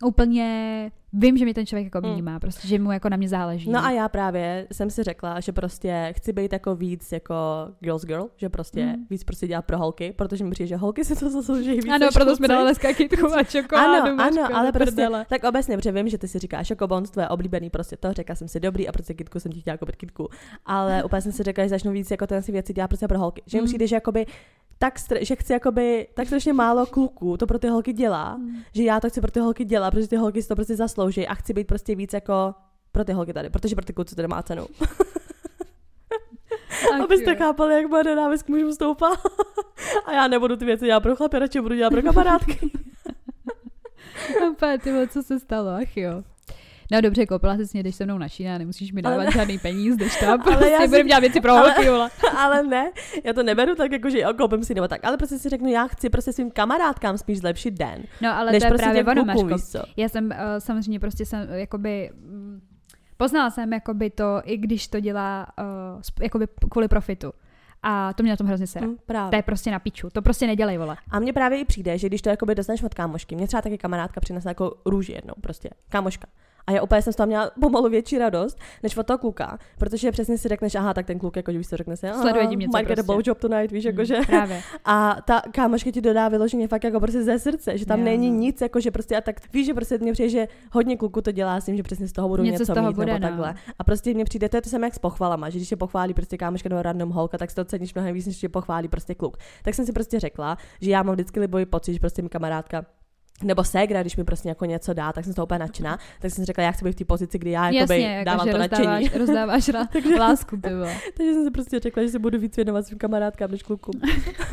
úplně vím, že mi ten člověk jako vnímá, prostě, že mu jako na mě záleží. No a já právě jsem si řekla, že prostě chci být jako víc jako girls girl, že prostě víc prostě dělat pro holky, protože mi přijde, že holky si to zaslouží víc. Ano, proto jsme dali dneska kytku a čokoládu. Ano, ale prostě, tak obecně, protože vím, že ty si říkáš Chocobons, tvoje oblíbený prostě to, řekla jsem si dobrý a prostě kytku jsem ti chtěla koupit kytku. Ale úplně jsem si řekla, že začnu víc jako ten si věci dělat prostě pro holky. Že mi přijde, že jakoby že chci jakoby, tak strašně málo kluků to pro ty holky dělá, že já to chci pro ty holky dělat, protože ty holky si to prostě zaslouží a chci být prostě víc jako pro ty holky tady, protože pro ty kluci to nemá cenu. Abyste chápali, jak moje nenávist k mužům stoupá. A já nebudu ty věci dělat pro chlapy, radši budu dělat pro kamarádky. Ty co se stalo, ach jo. No dobře, koupila jsi mě, když se mnou na Čína, nemusíš mi dávat žádný peníz, jdeš tam, prostě budem dělat věci pro holky, ale ne, já to neberu tak, jako, že jo, koupím si nebo tak, ale prostě si řeknu, já chci prostě svým kamarádkám spíš zlepšit den. No ale než to je prostě právě ono, Mařko. Já jsem samozřejmě prostě jakoby... Poznala jsem jakoby to, i když to dělá jakoby kvůli profitu. A to mě na tom hrozně sere. To je prostě na piču. To prostě nedělej, vole. A mně právě i přijde, že když to jakoby dostaneš od kámošky, mě třeba taky kamarádka přinesla jako růži jednou, prostě kámoška. A já úplně jsem z toho měla pomalu větší radost, než od toho kluka, protože přesně si řekneš, aha, tak ten kluk, jako víš, to řekne si, sleduje tím něco might get a blowjob tonight, víš, jakože. Právě. A ta kámoška ti dodá vyloženě fakt jako prostě ze srdce, že tam není nic, jako že prostě a tak víš, že prostě mně přijde, že hodně kluků to dělá s tím, že přesně z toho budou něco mít nebo takhle. A prostě mně přijde, to je to samé jak s pochvalama, že když je pochválí prostě kámoška nebo random holka, tak si to ceníš mnohem víc, než je pochválí prostě kluk. Tak jsem si prostě řekla, že já mám vždycky libový pocit, že prostě mi kamarádka nebo ségra, když mi prostě jako něco dá, tak jsem z toho úplně nadšená, tak jsem si řekla, já chci být v té pozici, kdy já jakoby dávám to nadšení. Rozdáváš lásku, ty vole. Takže jsem si prostě řekla, že se budu víc věnovat svým kamarádkám než klukům.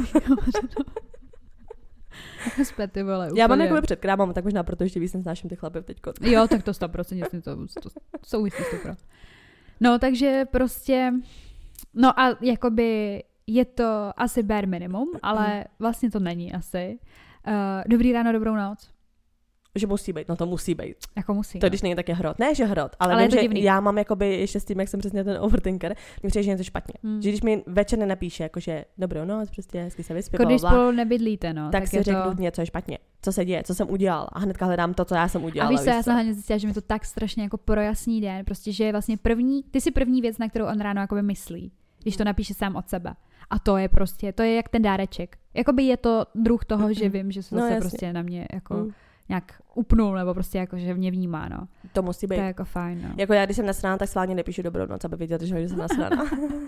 Ty vole, já mám jakoby před krámem, tak možná proto ještě víc nesnáším ty chlapy teďko. Jo, tak to 100%, to souvisí s to. No, takže prostě, no a jakoby je to asi bare minimum, ale vlastně to není asi. Dobrý ráno, dobrou noc. Že musí být, no to musí být. Jako musí. To když není taky hrot. Ne, že hrot, ale vím, že divný. Já mám jakoby ještě s tím, jak jsem přesně ten overthinker, mě přijde, že něco špatně. Že když mi večer nenapíše, jakože dobrou noc, prostě hezky se vyspí, když spolu nebydlíte, no. Tak si řeknu, něco je špatně. Co se děje, co jsem udělal a hnedka hledám to, co já jsem udělala. A víš co, já jsem hlavně zjistila, že mi to tak strašně jako projasní den, prostě, že je vlastně ty si první věc, na kterou on ráno jakoby myslí, když to napíše sám od sebe. A to je prostě, to je jak ten dáreček. Jakoby je to druh toho, že vím, že se zase prostě na mě jako nějak upnul, nebo prostě jako, že mě vnímá, no. To musí být. To je jako fajn, no. Jako já, když jsem nasraná, tak sválně nepíšu dobrou noc, aby věděl, že jsem nasraná.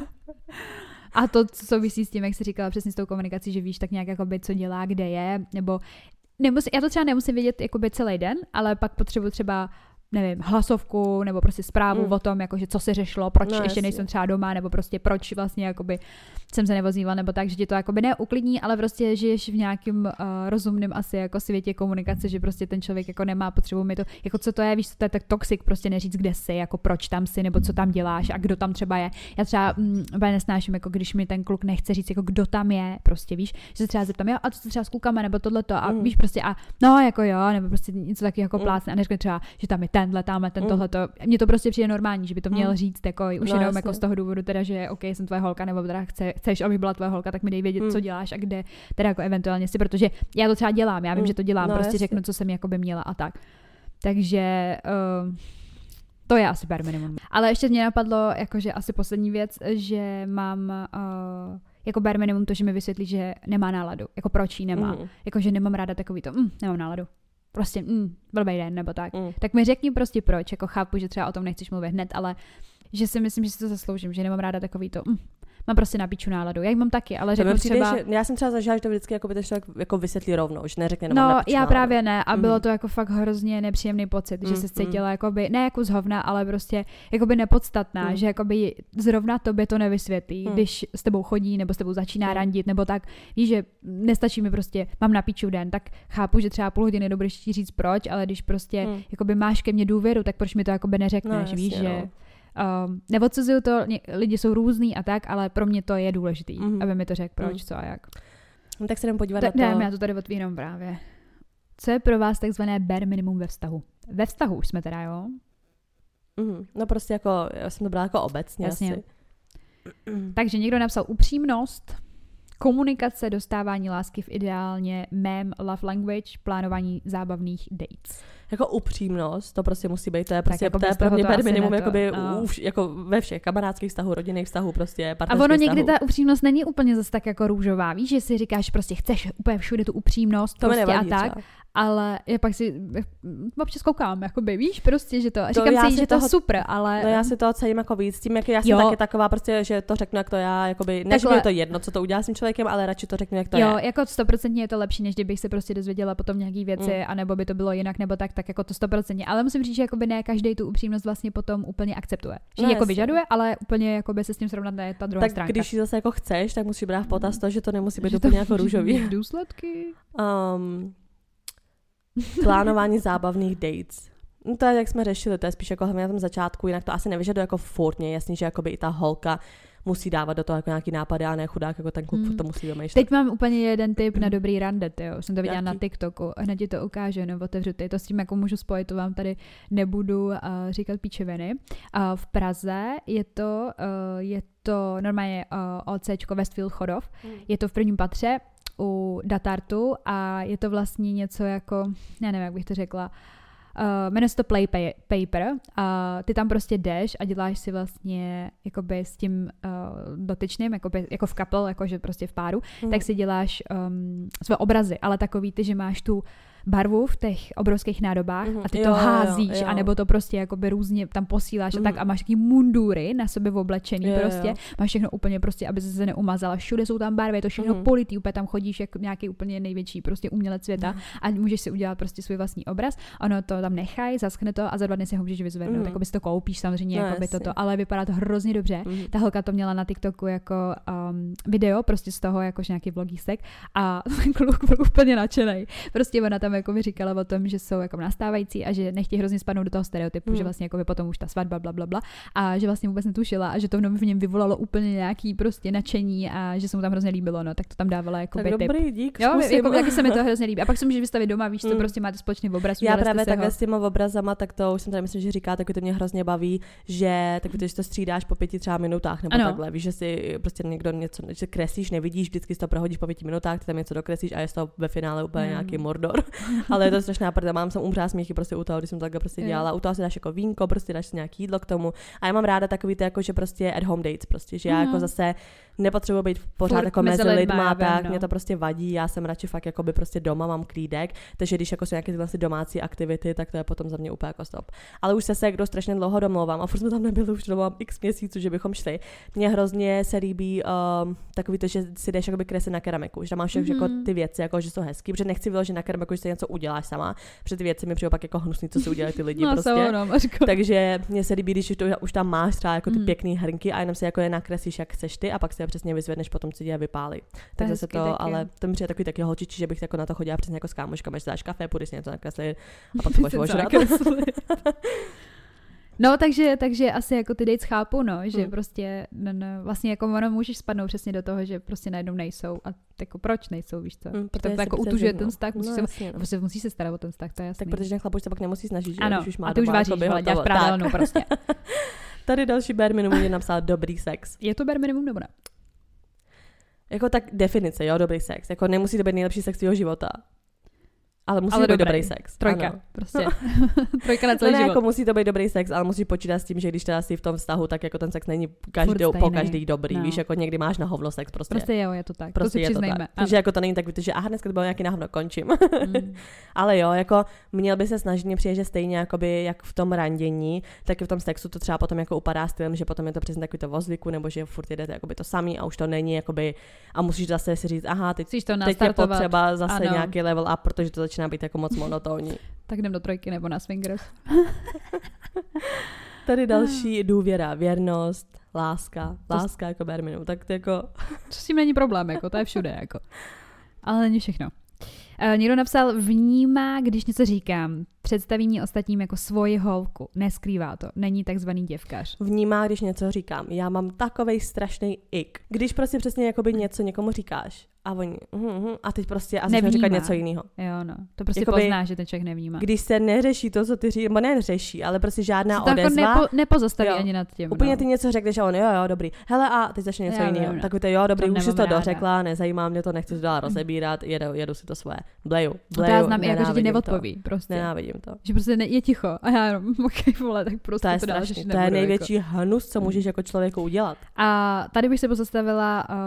A to souvisí s tím, jak jsi říkala přesně s tou komunikací, že víš tak nějak jakoby, co dělá, kde je, nebo já to třeba nemusím vědět jakoby celý den, ale pak potřebuji třeba nevím, hlasovku nebo prostě zprávu o tom, jakože co se řešilo, proč ještě nejsem třeba doma, nebo prostě proč vlastně jakoby jsem se nevozívala, nebo tak, že ti to jakoby neuklidní, ale prostě žiješ v nějakým rozumným asi jako světě komunikace, že prostě ten člověk jako nemá potřebu mi to, jako co to je, víš, to je tak toxic, prostě neříct, kde jsi, jako proč tam jsi, nebo co tam děláš a kdo tam třeba je. Já třeba nesnáším, jako když mi ten kluk nechce říct, jako kdo tam je, prostě víš, že se třeba zeptám, jo, a co třeba s klukama, nebo tohleto, a víš prostě a no, jako jo, nebo prostě něco taky jako plácne, a neřekne třeba, že tam je tenhle, tamhle, tohleto. Mně to prostě přijde normální, že by to měl říct, jako už jenom jako z toho důvodu teda, že OK, jsem tvoje holka, nebo teda chceš, abych byla tvoje holka, tak mi dej vědět, co děláš a kde teda jako eventuálně si, protože já to třeba dělám, já vím, že to dělám, prostě řeknu, co jsem jako by měla a tak. Takže to je asi bare minimum. Ale ještě mě napadlo, jakože asi poslední věc, že mám jako bare minimum to, že mi vysvětlí, že nemá náladu. Jako proč jí nemá. Jakože nemám ráda takový to, nemám náladu. Prostě blbej den, nebo tak. Tak mi řekni prostě proč, jako chápu, že třeba o tom nechceš mluvit hned, ale že si myslím, že si to zasloužím, že nemám ráda takový to, mám prostě na piču náladu. Já ji mám taky, ale řeknu třeba... Já jsem třeba zažila, že to vždycky jako by ten člověk jako vysvětlí rovnou, že neřekne nemám na piču já náladu. právě ne a bylo to jako fakt hrozně nepříjemný pocit, že se cítila jakoby, ne jako z hovna, ale prostě jakoby nepodstatná, že jakoby zrovna tobě to nevysvětlí, když s tebou chodí nebo s tebou začíná randit, nebo tak, víš, že nestačí mi prostě, mám na piču den, tak chápu, že třeba půl hodiny budeš ti říct proč, ale když prostě jakoby máš ke mně důvěru, tak proč mi to jakoby neřekneš, víš, že neodsuzuju to, lidi jsou různý a tak, ale pro mě to je důležitý, aby mi to řekl proč, co a jak. No, tak se jdem podívat na to. Já to tady otvírám právě. Co je pro vás takzvané bare minimum ve vztahu? Ve vztahu už jsme teda, jo? No prostě jako, já jsem to brala jako obecně. Jasně. Asi. Takže někdo napsal upřímnost, komunikace, dostávání lásky v ideálně mém love language, plánování zábavných dates. Jako upřímnost, to prostě musí být, to je prostě to je pro mě bare minimum jakoby jako ve všech kamarádských vztahů, rodinných vztahů, prostě partnerských vztahů. A ono někdy ta upřímnost není úplně zase tak jako růžová, víš, že si říkáš prostě chceš úplně všude tu upřímnost to prostě nevadí, a tak, třeba. ale já pak si občas koukám, jakoby, víš, prostě, že to, říkám si, že to je super, ale... No já si to cením jako víc, tím, jak já jsem taky taková prostě, že to řeknu, jak to já, jakoby, než by to jedno, co to udělá s tím člověkem, ale radši to řeknu, jak to je. Jo, jako 100% je to lepší, než kdybych se prostě dozvěděla potom nějaký věci, anebo by to bylo jinak, nebo tak jako to 100%, ale musím říct, že jakoby ne každý tu upřímnost vlastně potom úplně akceptuje. Že jako vyžaduje, ale úplně jakoby se s tím srovnat je ta druhá tak stránka. Tak když zase jako chceš, tak musíš brát v potaz to, že to nemusí být úplně jako růžový. Důsledky. Plánování zábavných dates. No to je, jak jsme řešili, to je spíš jako hlavně na tom začátku, jinak to asi nevyžaduje jako furt, je jasný, že jakoby i ta holka musí dávat do toho jako nějaký nápady a ne chudák, jako ten kluk to musí vymýšlet. Teď mám úplně jeden tip na dobrý rande, jo. Jsem to viděla na TikToku, hned ti to ukážu, nebo otevřu ty, to s tím jako můžu spojit, to vám tady nebudu říkat píčeviny. V Praze je to normálně OCčko Westfield Chodov, je to v prvním patře u Datartu a je to vlastně něco jako, já nevím, jak bych to řekla, jmenuje se to Play Paper a ty tam prostě jdeš a děláš si vlastně jakoby s tím dotyčným, jakoby, jako v couple, jakože prostě v páru, tak si děláš své obrazy, ale takový ty, že máš tu barvu v těch obrovských nádobách a ty to házíš, anebo to prostě jakoby různě tam posíláš a tak a máš taky mundury na sobě oblečený prostě, máš všechno úplně prostě, aby se neumazala, všude jsou tam barvy, je to všechno politý, úplně tam chodíš jako nějaký úplně největší prostě umělec světa a můžeš si udělat prostě svůj vlastní obraz, ono to tam nechají, zaschne to a za 2 dny si ho můžeš vyzvednout, tak si to koupíš samozřejmě, jakoby toto, ale vypadá to hrozně dobře. Ta holka to měla na TikToku jako video prostě z toho, jakož nějaký vlogísek a ten kluk byl úplně nadšenej. Prostě ona tam jako mi říkala o tom, že jsou jako nastávající a že nechtějí hrozně spadnout do toho stereotypu, že vlastně jako potom už ta svatba blablabla a že vlastně vůbec netušila a že to v něm vyvolalo úplně nějaký prostě nadšení a že se mu tam hrozně líbilo, no, tak to tam dávala jako tak dobrý, dík, jo, jako taky se mi to hrozně líbí. A pak si můžeš vystavit doma, víš, co prostě máte společný obraz. Já právě takhle s těma obrazama, tak to už jsem tady myslím, že říká, tak to mě hrozně baví, že tak když to střídáš po 5 třeba minutách nebo takhle, víš, že si prostě někdo něco že kreslíš, nevidíš, vždycky si to prohodíš po 5 minutách, ty tam něco dokreslíš a je to ve finále úplně nějaký mordor. Ale je to strašná prda, mám jsem umřela smíchy prostě u toho, když jsem to takhle prostě dělala. U toho si dáš jako vínko, prostě dáš si nějaký jídlo k tomu. A já mám ráda takový to jako, že prostě at home dates prostě, že já jako zase nepotřebuji být pořád jako mezi lidma, tak mě to prostě vadí. Já jsem radši fakt jako by prostě doma, mám klídek, takže když jako jsou nějaké vlastně domácí aktivity, tak to je potom za mě úplně jako stop. Ale už se kdo strašně dlouho domlouvám a furt jsme tam nebyli už doma x měsíců, že bychom šli. Mně hrozně se líbí takový to, že si jdeš jakoby kreslit na keramiku, že tam máš jako ty věci, jako že jsou hezký, protože nechci vyložit na keramiku, že si něco uděláš sama, protože ty věci mi přijde pak jako hnusný, co si udělají ty lidi prostě. Takže mně se líbí, když už tam máš třeba jako ty pěkný hrnky a jenom si jako je nakreslíš, jak chceš ty a pak si je přesně vyzvedneš potom, co ti je vypálí. Takže se to, ale to mi přijde takový taky holčičí, že bych jako na to chodila přesně jako s kámoškami, že dáš kafe, půjdeš si něco nakreslit a pak si budeš ožrat. No, takže asi jako ty dates chápu, no, že prostě vlastně jako ono můžeš spadnout přesně do toho, že prostě najednou nejsou a jako proč nejsou, víš co? To jako utužuje ten vztah, musí se starat o ten vztah, to je jasný. Tak protože ten chlap už se pak nemusí snažit, že ano, když už má a ty už vážíš, děláš prádelnou prostě. Tady další bare minimum je napsat dobrý sex. Je to bare minimum nebo ne? Jako tak definice, jo, dobrý sex. Jako nemusí to být nejlepší sex tvýho života. Ale musí to být dobrý sex. Trojka, ano. Prostě. Trojka na celý život. Jako musí to být dobrý sex, ale musíš počítat s tím, že když teda jsi v tom vztahu, tak jako ten sex není po každý dobrý. No. Víš, jako někdy máš na hovno sex prostě. Prostě jo, je to tak. Prostě to si přiznejme. Takže jako to není tak, že aha, dneska to bylo nějaký na hovno, končím. Ale jo, jako měl by se snažit, mě přijde, že stejně jakoby, jak v tom randění, tak i v tom sexu to třeba potom jako upadá stylem, že potom je to přesně takový to vozvyku, nebo že furt jedete jakoby to samý a už to není jakoby a musíš zase si říct, aha, teď je potřeba zase nějaký level up, protože to začíná být jako moc monotónní. Tak jdem do trojky nebo na swingers. Tady další důvěra, věrnost, láska jako bare minimum, tak to jako... Co s tím není problém, jako to je všude, jako. Ale není všechno. Někdo napsal, vnímá, když něco říkám, představí mě ostatním jako svoji holku, neskrývá to, není takzvaný děvkař. Vnímá, když něco říkám, já mám takovej strašný ik. Když prostě přesně jakoby něco někomu říkáš a oni a teď prostě a začne říkat něco jiného. Jo, no. To prostě jakoby, pozná, že ten člověk nevnímá. Když se neřeší to, co ty říkáš, nebo neřeší, ale prostě žádná odezva. Jako nepozastaví ani nad tím. Úplně ty něco řekneš a on jo, dobrý. Hele a teď začne něco jiného. Tak to jo, dobrý, už jsi to dořekla, nezajímá mě to, nechci to dál rozebírat, jedu si to svoje. Bleju. To já znám i jako, že ti neodpoví. Prostě. Nenávidím to. Že prostě je ticho a já jenom, vole, tak prostě to dáš. To je největší hnus, co můžeš jako člověku udělat. A tady bych se pozastavila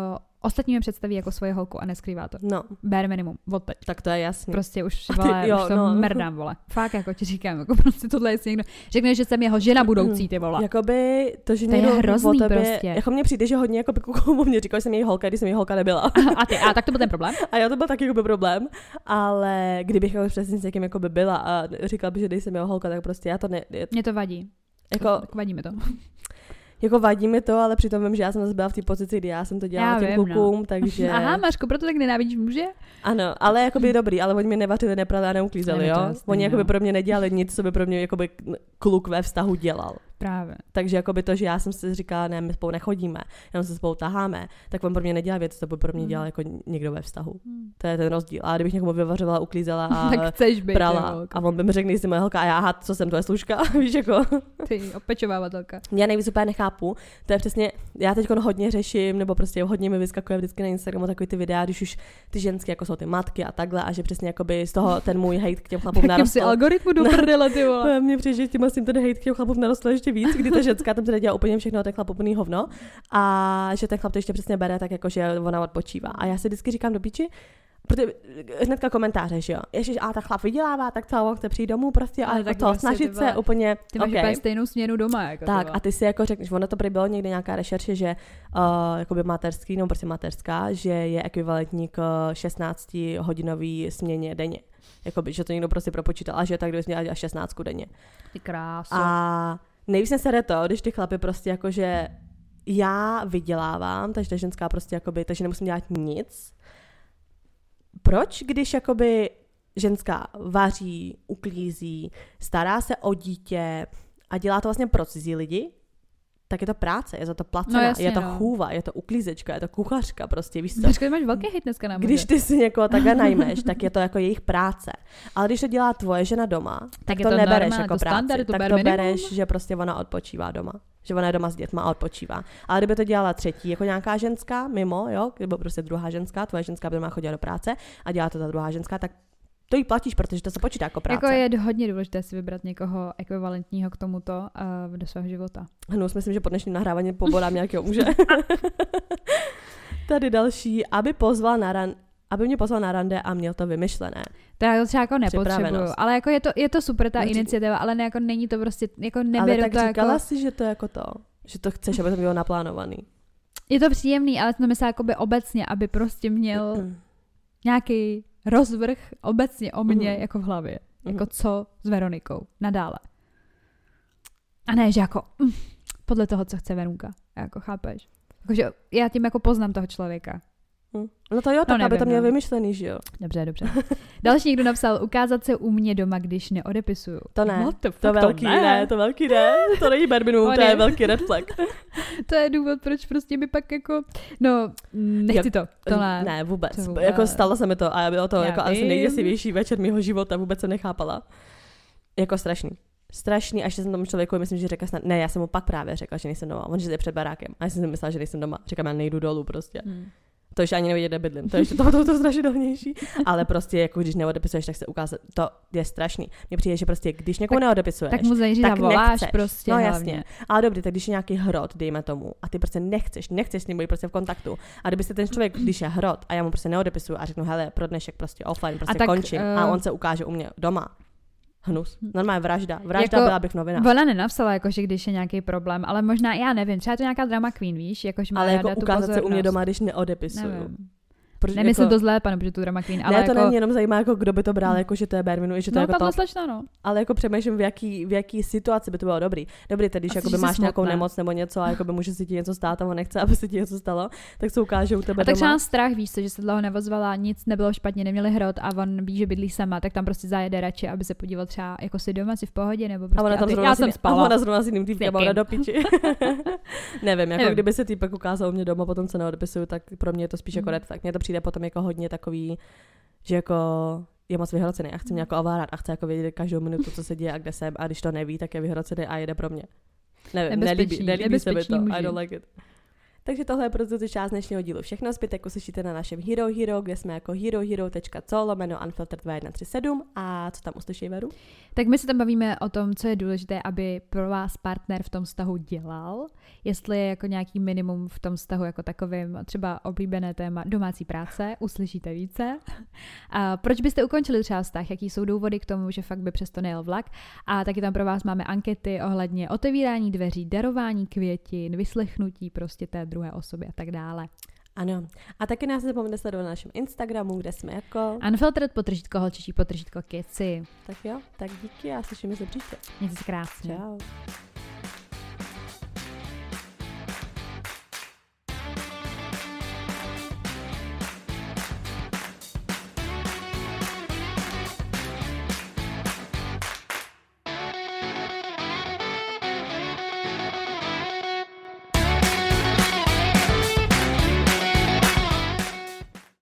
ostatní mě představí jako svoje holku a neskrývá to. No. Bare minimum, odteď. Tak to je jasný. Prostě už, vole, už to mrdám, vole. Fakt, jako ti říkám, jako prostě tohle, jestli někdo řekne, že jsem jeho žena budoucí, ty vole. Jakoby to, že to je hrozný tebe, prostě. Jako mně přijde, že hodně jako kuku mě říkal, že jsem její holka, když jsem její holka nebyla. A tak to byl ten problém? A já to byl taky jako problém, ale kdybych jako přesně s někým jako by byla a říkala by, že nejsem jeho holka, tak prostě já to ne... Mně to vadí. Tak vadí mi to. Jako vadí mi to, ale přitom vím, že já jsem zase byla v té pozici, kdy já jsem to dělala těm klukům, takže... Aha, Mařko, proto tak nenávidíš muže? Ano, ale jakoby dobrý, ale oni mě nevařili, neprali a neuklízeli, jo? Oni jakoby pro mě nedělali nic, co by pro mě jakoby kluk ve vztahu dělal. Právě. Takže jakoby to, že já jsem si říkala, ne, my spolu nechodíme, jenom se spolu taháme, tak on pro mě nedělá věc, to by pro mě dělal jako někdo ve vztahu. To je ten rozdíl. A kdybych někomu vyvařovala, uklízela a tak chceš být prala a on by mi řekl, jsi moje holka a já, aha, co jsem, to je služka, víš jako. Ty opečovávatelka. Já nejvíc úplně nechápu, to je přesně, já teď hodně řeším, nebo prostě hodně mi vyskakuje vždycky na Instagramu takový ty videa, když už ty ženské jako jsou ty matky a takhle a že přesně jakoby z toho ten můj hate k těm chlapům narostl. Si algoritmu do prdele, ty vole. Mně přijde, že tím ten hate k těm chlapům narostl ještě víc, kdy ta ženská tam se dělá úplně všechno a ten chlap úplný hovno a že ten chlap to ještě přesně bere tak jako, že ona odpočívá. A já si vždycky říkám do píči, protože hnedka komentáře, že jo. Ježiš, a ta chlap vydělává, tak co, chce přijít domů prostě a jako to prostě snažit se úplně. Ty máš úplně stejnou směnu doma. Jako tak a ty si jako řekneš, ono to bylo někde nějaká rešerše, že jakoby mateřský, no prostě mateřská, že je ekvivalentní k 16-hodinový směně denně. Jakoby, že to někdo prostě propočítal a že tak kdyby měla až 16 denně. Ty kráso. A nejvíc mě sere to, když ty chlapy prostě jakože já vydělávám, takže ta ženská prostě jakoby, takže nemusím dělat nic. Proč, když jakoby ženská vaří, uklízí, stará se o dítě a dělá to vlastně pro cizí lidi, tak je to práce, je za to placená, no jasně, je to chůva, je to uklízečka, je to kuchařka, prostě víš co. Počkej, máš velký hit dneska na Když ty si někoho takhle najmeš, tak je to jako jejich práce. Ale když to dělá tvoje žena doma, tak to nebereš normál, jako práci, tak to bereš, že prostě ona odpočívá doma. Že ona je doma s dětma a odpočívá. Ale kdyby to dělala třetí, jako nějaká ženská mimo, jo, nebo prostě druhá ženská, tvoje ženská by doma chodila do práce a dělá to ta druhá ženská, tak to jí platíš, protože to se počítá jako práce. Jako je hodně důležité si vybrat někoho ekvivalentního k tomuto do svého života. Hnus, myslím, že po dnešním nahrávání pobodám nějakého muže. Tady další, aby mě pozval na rande a měl to vymyšlené. To já to třeba jako nepotřebuju, ale jako je to super ta iniciativa, ale jako není to prostě, jako neberu ale tak to říkala jako... si, že to jako to, že to chceš, aby to bylo naplánovaný. Je to příjemný, ale to myslím jakoby obecně, aby prostě měl nějaký rozvrh obecně o mně jako v hlavě. Jako co s Veronikou nadále. A ne, že jako podle toho, co chce Verunka. Jako chápeš? Jakože já tím jako poznám toho člověka. No to jo, tak aby to měl vymyšlený, že jo? Dobře. Další někdo napsal, ukázat se u mě doma, když neodepisuju. To ne, to velký ne, to není barminum, to je velký red flag. To je důvod, proč prostě by pak jako, no, nechci to ne. Ne, vůbec. Jako stalo se mi to a bylo to já jako asi nejděsivější večer mýho života, vůbec jsem nechápala. Jako strašný, až jsem tomu člověku, myslím, že řekla snad, ne, já jsem mu pak právě řekla, že nejsem doma. On že je před barákem a já jsem si myslela, že nejsem doma. Říkám, já nejdu dolů prostě. To ještě ani nevědět, kde bydlím. To je ještě to strašidelnější. Ale prostě, jako když neodepisuješ, tak se ukázat. To je strašný. Mně přijde, že prostě, když někomu neodepisuješ, tak mu zavoláš prostě. No jasně. Ale dobrý, tak když je nějaký hrot, dejme tomu, a ty prostě nechceš s ním být prostě v kontaktu. A kdyby se ten člověk, když je hrot a já mu prostě neodepisuju a řeknu, hele, pro dnešek prostě offline, prostě končím a on se ukáže u mě doma. Hnus. Normálně vražda jako, byla bych v novinách. Ona nenapsala, jako, že když je nějaký problém, ale možná, já nevím, třeba je to nějaká drama queen, víš? Jako, že má ale jako ukázat se u mě doma, když neodepisuju. Nemyslím to zlé, pane, protože tu drama queen, ale ne, to jako... není jenom zajímá, jako kdo by to bral, jako že to je bare minimum, že to no, je jako top. Slečna, no. Ale jako přemýšlím, v jaký situaci by to bylo dobrý. Dobrý, tedy když jakoby máš nějakou nemoc nebo něco a jakoby může si ti něco stát a on nechce, aby se ti něco stalo, tak se ukáže u tebe a doma. A tak mám strach, víš co, že se dlouho nevozvala, nic nebylo špatně, neměli hrot a on ví, že bydlí sama, tak tam prostě zajede radši, aby se podíval třeba jako si doma, si v pohodě nebo prostě. A ona tam zrovna s jiným týpkem, ona do piči. Nevím, jako kdyby se týpek ukázal u mě doma, potom se neodepisuju, tak pro mě je to spíš jako red flag. Mně to přijde potom jako hodně takový, že jako je moc vyhrocený a chce mě jako ovládat a chce jako vědět každou minutu, co se děje a kde jsem a když to neví, tak je vyhrocený a jede pro mě. Nevím, nelíbí se mi to, I don't like it. Takže tohle je pro tuto část dnešního dílu všechno. Zbytek uslyšíte na našem Hero Hero, kde jsme jako herohero.co/unfiltered2137. A co tam uslyší, Veru? Tak my se tam bavíme o tom, co je důležité, aby pro vás partner v tom vztahu dělal. Jestli je jako nějaký minimum v tom vztahu jako takovým, třeba oblíbené téma domácí práce, uslyšíte více. A proč byste ukončili třeba vztah, jaký jsou důvody k tomu, že fakt by přesto nejel vlak. A taky tam pro vás máme ankety ohledně otevírání dveří, darování květin, vyslechnutí prostě té druhé osoby a tak dále. Ano. A taky nás nezapomeňte sledovat na našem Instagramu, kde jsme jako Unfiltered_holčičí_keci. Tak jo, tak díky a slyšíme se příště. Mějte se krásně. Čau.